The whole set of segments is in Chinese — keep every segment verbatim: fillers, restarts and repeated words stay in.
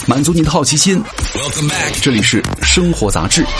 满足你的好奇心。这里是生活杂志。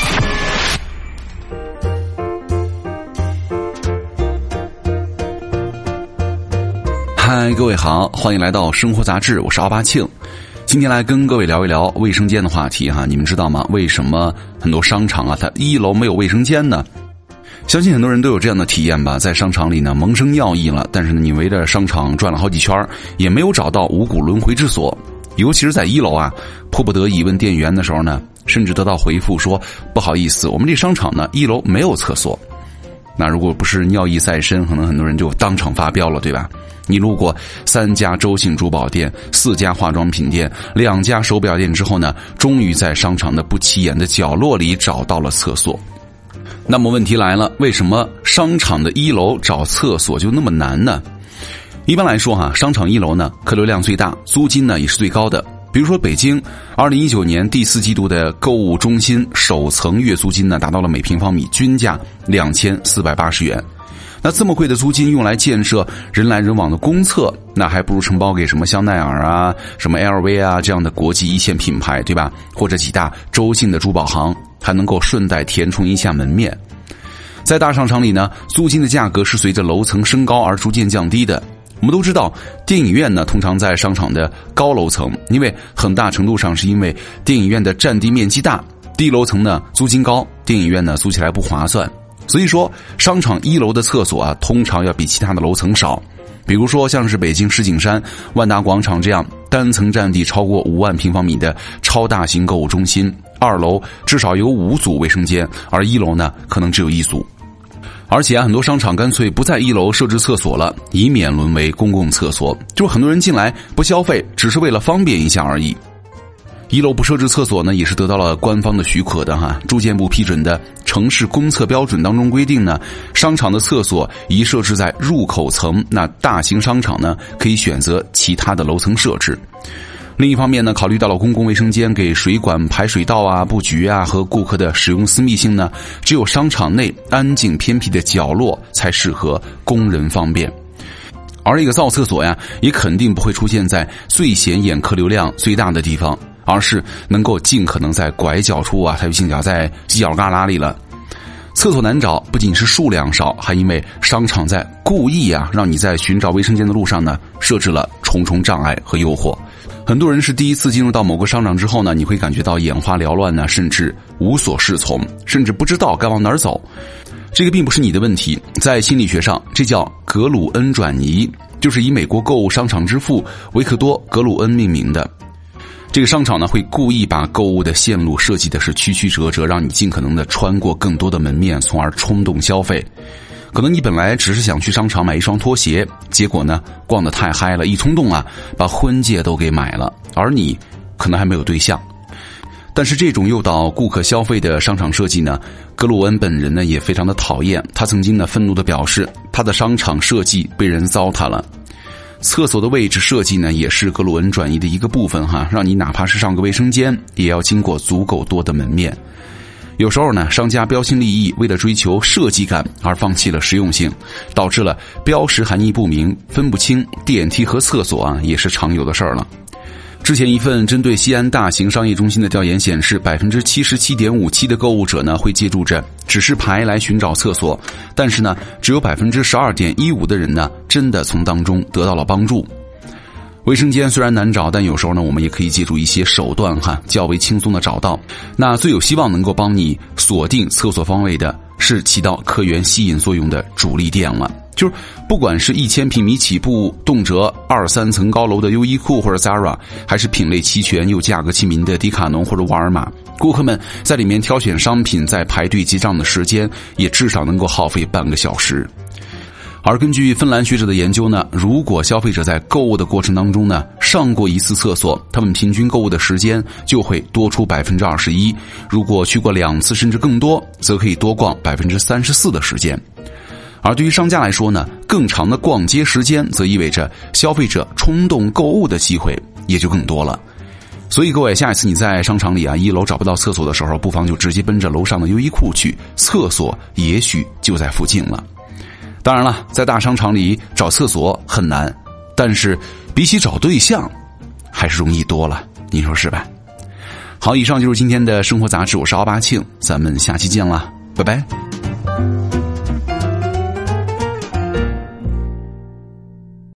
嗨，各位好，欢迎来到生活杂志，我是奥巴庆。今天来跟各位聊一聊卫生间的话题哈。你们知道吗？为什么很多商场啊，它一楼没有卫生间呢？相信很多人都有这样的体验吧，在商场里呢萌生尿意了，但是呢你围着商场转了好几圈，也没有找到五谷轮回之所。尤其是在一楼啊，迫不得已问店员的时候呢，甚至得到回复说不好意思，我们这商场呢一楼没有厕所。那如果不是尿意在身，可能很多人就当场发飙了，对吧？你路过三家周姓珠宝店、四家化妆品店、两家手表店之后呢，终于在商场的不起眼的角落里找到了厕所。那么问题来了，为什么商场的一楼找厕所就那么难呢？一般来说哈，商场一楼呢客流量最大，租金呢也是最高的。比如说北京二零一九年第四季度的购物中心首层月租金呢达到了每平方米均价两千四百八十元。那这么贵的租金用来建设人来人往的公厕，那还不如承包给什么香奈儿啊、什么 L V 啊这样的国际一线品牌，对吧？或者几大周姓的珠宝行，还能够顺带填充一下门面。在大商场里呢，租金的价格是随着楼层升高而逐渐降低的。我们都知道，电影院呢通常在商场的高楼层，因为很大程度上是因为电影院的占地面积大，低楼层呢租金高，电影院呢租起来不划算。所以说商场一楼的厕所啊，通常要比其他的楼层少。比如说像是北京石景山万达广场这样单层占地超过五万平方米的超大型购物中心，二楼至少有五组卫生间，而一楼呢可能只有一组。而且啊，很多商场干脆不在一楼设置厕所了，以免沦为公共厕所。就是很多人进来不消费，只是为了方便一下而已。一楼不设置厕所呢，也是得到了官方的许可的哈。住建部批准的城市公厕标准当中规定呢，商场的厕所宜设置在入口层，那大型商场呢可以选择其他的楼层设置。另一方面呢，考虑到了公共卫生间给水管排水道啊、布局啊和顾客的使用私密性呢，只有商场内安静偏僻的角落才适合供人方便。而一个造厕所呀，也肯定不会出现在最显眼客流量最大的地方，而是能够尽可能在拐角处啊，它就幸好在犄角旮旯里了。厕所难找，不仅是数量少，还因为商场在故意啊，让你在寻找卫生间的路上呢，设置了重重障碍和诱惑。很多人是第一次进入到某个商场之后呢，你会感觉到眼花缭乱呢，甚至无所适从，甚至不知道该往哪儿走。这个并不是你的问题，在心理学上，这叫格鲁恩转移，就是以美国购物商场之父维克多·格鲁恩命名的。这个商场呢，会故意把购物的线路设计的是曲曲折折，让你尽可能的穿过更多的门面，从而冲动消费。可能你本来只是想去商场买一双拖鞋，结果呢逛得太嗨了，一冲动啊把婚戒都给买了，而你可能还没有对象。但是这种诱导顾客消费的商场设计呢，格鲁恩本人呢也非常的讨厌。他曾经呢愤怒地表示，他的商场设计被人糟蹋了。厕所的位置设计呢，也是格鲁恩转移的一个部分哈，让你哪怕是上个卫生间，也要经过足够多的门面。有时候呢，商家标新立异，为了追求设计感而放弃了实用性，导致了标识含义不明，分不清电梯和厕所啊，也是常有的事儿了。之前一份针对西安大型商业中心的调研显示， 百分之七十七点五七 的购物者呢会借助着指示牌来寻找厕所，但是呢，只有 百分之十二点一五 的人呢真的从当中得到了帮助。卫生间虽然难找，但有时候呢，我们也可以借助一些手段哈，较为轻松的找到。那最有希望能够帮你锁定厕所方位的，是起到客源吸引作用的主力店了。就是不管是一千平米起步，动辄二三层高楼的优衣库或者 Zara， 还是品类齐全又价格亲民的迪卡侬或者沃尔玛，顾客们在里面挑选商品，在排队结账的时间也至少能够耗费半个小时。而根据芬兰学者的研究呢，如果消费者在购物的过程当中呢上过一次厕所，他们平均购物的时间就会多出 百分之二十一， 如果去过两次甚至更多，则可以多逛 百分之三十四 的时间。而对于商家来说呢，更长的逛街时间则意味着消费者冲动购物的机会也就更多了。所以各位，下一次你在商场里啊一楼找不到厕所的时候，不妨就直接奔着楼上的优衣库去，厕所也许就在附近了。当然了，在大商场里找厕所很难，但是比起找对象还是容易多了，你说是吧？ 好，以上就是今天的生活杂志，我是奥巴庆，咱们下期见啦，拜拜。